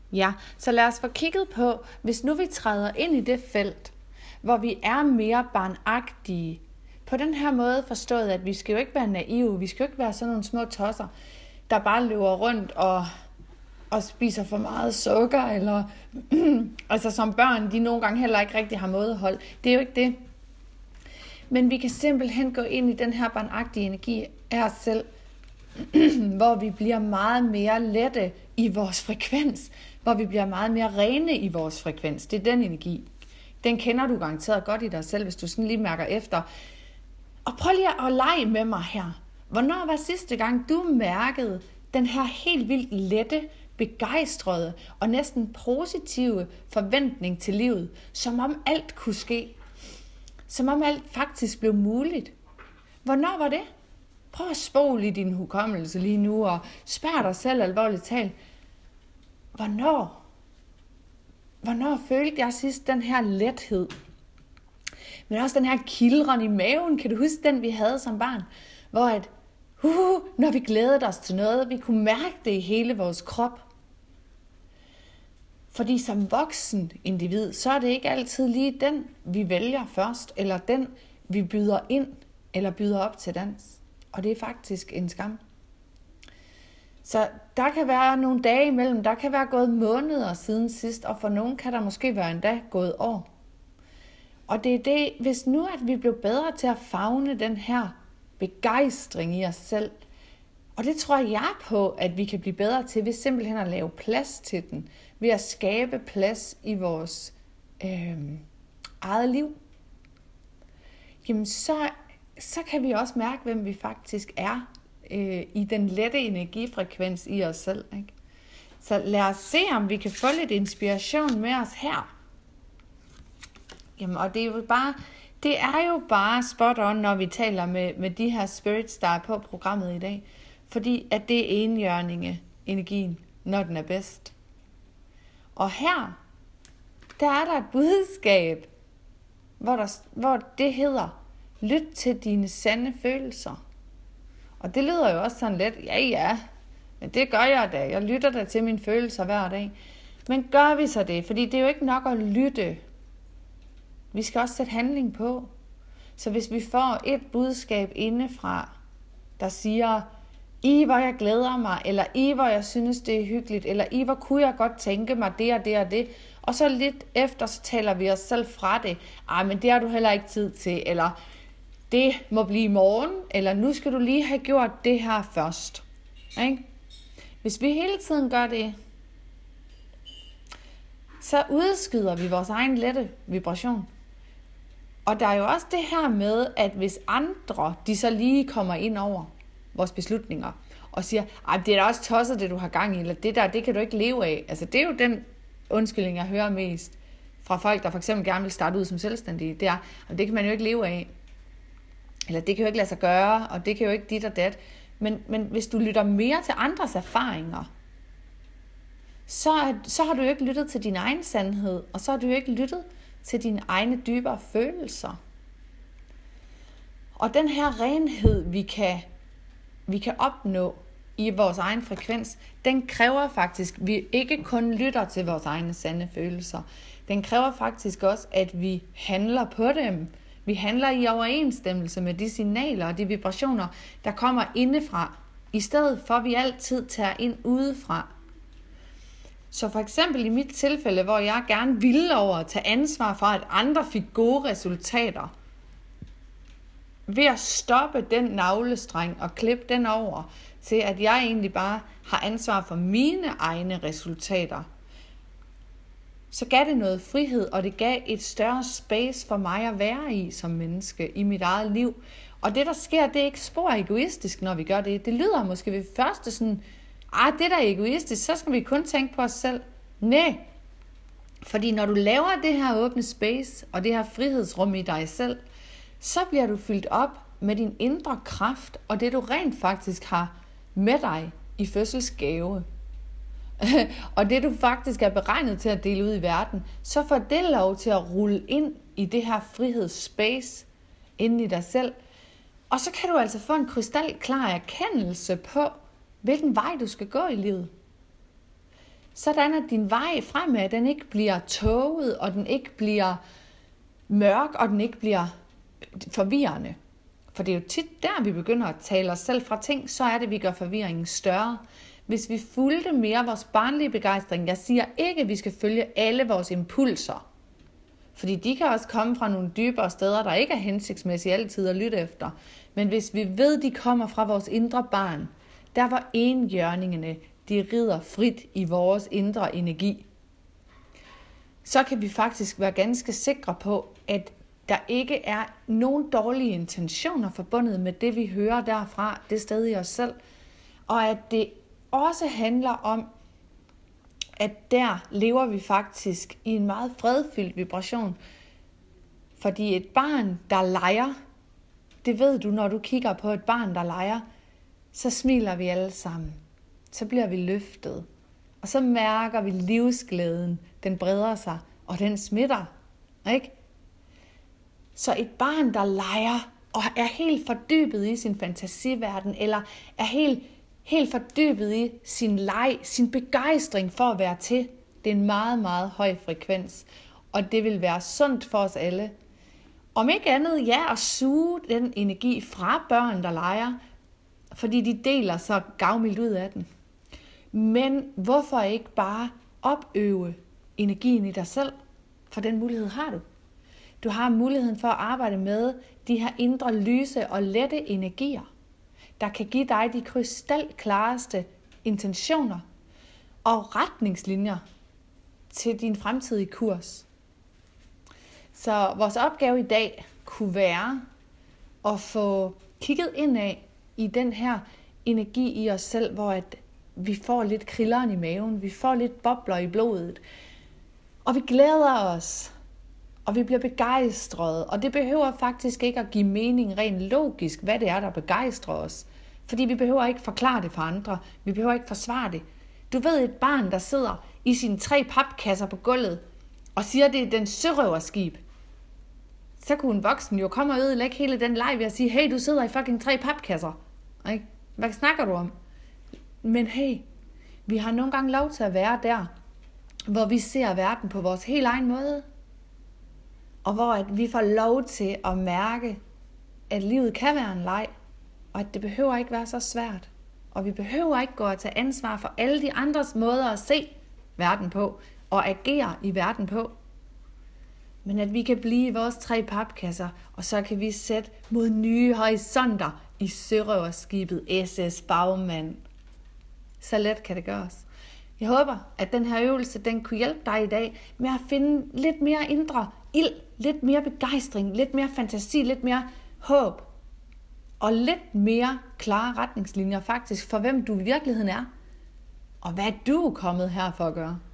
Ja, så lad os få kigget på, hvis nu vi træder ind i det felt, hvor vi er mere barnagtige. På den her måde forstået, at vi skal jo ikke være naive, vi skal jo ikke være sådan nogle små tosser, der bare løber rundt og spiser for meget sukker, eller altså som børn, de nogle gange heller ikke rigtig har mådehold. Det er jo ikke det. Men vi kan simpelthen gå ind i den her barnagtige energi af os selv, hvor vi bliver meget mere lette i vores frekvens, hvor vi bliver meget mere rene i vores frekvens. Det er den energi. Den kender du garanteret godt i dig selv, hvis du sådan lige mærker efter. Og prøv lige at lege med mig her. Hvornår var sidste gang, du mærkede den her helt vildt lette, begejstrede og næsten positive forventning til livet, som om alt kunne ske? Som om alt faktisk blev muligt. Hvornår var det? Prøv at spole i din hukommelse lige nu og spørg dig selv alvorligt talt. Hvornår følte jeg sidst den her lethed? Men også den her kildren i maven. Kan du huske den, vi havde som barn? Hvor når vi glædede os til noget, vi kunne mærke det i hele vores krop. Fordi som voksen individ, så er det ikke altid lige den, vi vælger først, eller den, vi byder ind, eller byder op til dans. Og det er faktisk en skam. Så der kan være nogle dage imellem, der kan være gået måneder siden sidst, og for nogen kan der måske være endda gået år. Og det er det, hvis nu at vi blev bedre til at favne den her begejstring i os selv, og det tror jeg på, at vi kan blive bedre til ved simpelthen at lave plads til den, ved at skabe plads i vores eget liv, jamen så kan vi også mærke, hvem vi faktisk er i den lette energifrekvens i os selv. Ikke? Så lad os se, om vi kan få lidt inspiration med os her. Jamen, og det er jo bare spot on, når vi taler med de her spirits, der er på programmet i dag. Fordi at det er enhjørninge energien, når den er bedst. Og her, der er der et budskab, hvor det hedder, lyt til dine sande følelser. Og det lyder jo også sådan lidt, ja, men det gør jeg da. Jeg lytter da til mine følelser hver dag. Men gør vi så det? Fordi det er jo ikke nok at lytte. Vi skal også sætte handling på. Så hvis vi får et budskab indefra, der siger, hvor jeg glæder mig, eller hvor jeg synes, det er hyggeligt, eller hvor kunne jeg godt tænke mig det og det og det, og så lidt efter, så taler vi os selv fra det. Men det har du heller ikke tid til, eller det må blive i morgen, eller nu skal du lige have gjort det her først. Ikke? Hvis vi hele tiden gør det, så udskyder vi vores egen lette vibration. Og der er jo også det her med, at hvis andre, de så lige kommer ind over vores beslutninger, og siger, det er da også tosset, det du har gang i, eller det der, det kan du ikke leve af. Altså det er jo den undskyldning, jeg hører mest fra folk, der for eksempel gerne vil starte ud som selvstændige. Det er, det kan man jo ikke leve af. Eller det kan jo ikke lade sig gøre, og det kan jo ikke dit og dat. Men hvis du lytter mere til andres erfaringer, så har du jo ikke lyttet til din egen sandhed, og så har du jo ikke lyttet til dine egne dybere følelser. Og den her renhed, vi kan opnå i vores egen frekvens, den kræver faktisk, at vi ikke kun lytter til vores egne sande følelser. Den kræver faktisk også, at vi handler på dem. Vi handler i overensstemmelse med de signaler og de vibrationer, der kommer indefra, i stedet for at vi altid tager ind udefra. Så for eksempel i mit tilfælde, hvor jeg gerne ville over at tage ansvar for, at andre fik gode resultater, ved at stoppe den navlestreng og klippe den over, til at jeg egentlig bare har ansvar for mine egne resultater, så gav det noget frihed, og det gav et større space for mig at være i som menneske i mit eget liv. Og det der sker, det er ikke spor egoistisk, når vi gør det. Det lyder måske ved første sådan, det der er egoistisk, så skal vi kun tænke på os selv. Nej, fordi når du laver det her åbne space, og det her frihedsrum i dig selv, så bliver du fyldt op med din indre kraft, og det du rent faktisk har med dig i fødselsgave. Og det du faktisk er beregnet til at dele ud i verden, så får det lov til at rulle ind i det her frihedsspace inde i dig selv. Og så kan du altså få en krystalklar erkendelse på, hvilken vej du skal gå i livet. sådan at din vej fremad, den ikke bliver tåget, og den ikke bliver mørk, og den ikke bliver forvirrende. For det er jo tit der, vi begynder at tale os selv fra ting, så er det, vi gør forvirringen større. Hvis vi fulgte mere vores barnlige begejstring, jeg siger ikke, at vi skal følge alle vores impulser, fordi de kan også komme fra nogle dybere steder, der ikke er hensigtsmæssige altid at lytte efter. Men hvis vi ved, de kommer fra vores indre barn, der hvor enhjørningene, de rider frit i vores indre energi, så kan vi faktisk være ganske sikre på, at der ikke er nogen dårlige intentioner forbundet med det, vi hører derfra, det sted i os selv. Og at det også handler om, at der lever vi faktisk i en meget fredfyldt vibration. Fordi et barn, der leger, det ved du, når du kigger på et barn, der leger, så smiler vi alle sammen. Så bliver vi løftet. Og så mærker vi livsglæden, den breder sig, og den smitter. Ikke? Så et barn, der leger, og er helt fordybet i sin fantasiverden, eller er helt fordybet i sin leg, sin begejstring for at være til, det er en meget, meget høj frekvens. Og det vil være sundt for os alle. Om ikke andet, ja, at suge den energi fra børn, der leger, fordi de deler så gavmildt ud af den. Men hvorfor ikke bare opøve energien i dig selv? For den mulighed har du. Du har muligheden for at arbejde med de her indre lyse og lette energier, der kan give dig de krystalklareste intentioner og retningslinjer til din fremtidige kurs. Så vores opgave i dag kunne være at få kigget indad i den her energi i os selv, hvor at vi får lidt krilleren i maven, vi får lidt bobler i blodet, og vi glæder os, og vi bliver begejstrede, og det behøver faktisk ikke at give mening rent logisk, hvad det er, der begejstrer os. Fordi vi behøver ikke forklare det for andre, vi behøver ikke forsvare det. Du ved et barn, der sidder i sine 3 papkasser på gulvet, og siger, det er den sørøverskib. Så kunne en voksen jo komme og ødelægge hele den leg ved at sige, hey, du sidder i fucking 3 papkasser. Ikke? Hvad snakker du om? Men hey, vi har nogle gange lov til at være der, hvor vi ser verden på vores helt egen måde. Og hvor at vi får lov til at mærke, at livet kan være en leg, og at det behøver ikke være så svært. Og vi behøver ikke gå og tage ansvar for alle de andres måder at se verden på, og agere i verden på. Men at vi kan blive i vores 3 papkasser, og så kan vi sætte mod nye horisonter i sørøverskibet SS Bagmand. Så let kan det gøres. Jeg håber, at den her øvelse, den kunne hjælpe dig i dag med at finde lidt mere indre ild, lidt mere begejstring, lidt mere fantasi, lidt mere håb. Og lidt mere klare retningslinjer faktisk for, hvem du i virkeligheden er. Og hvad du er kommet her for at gøre.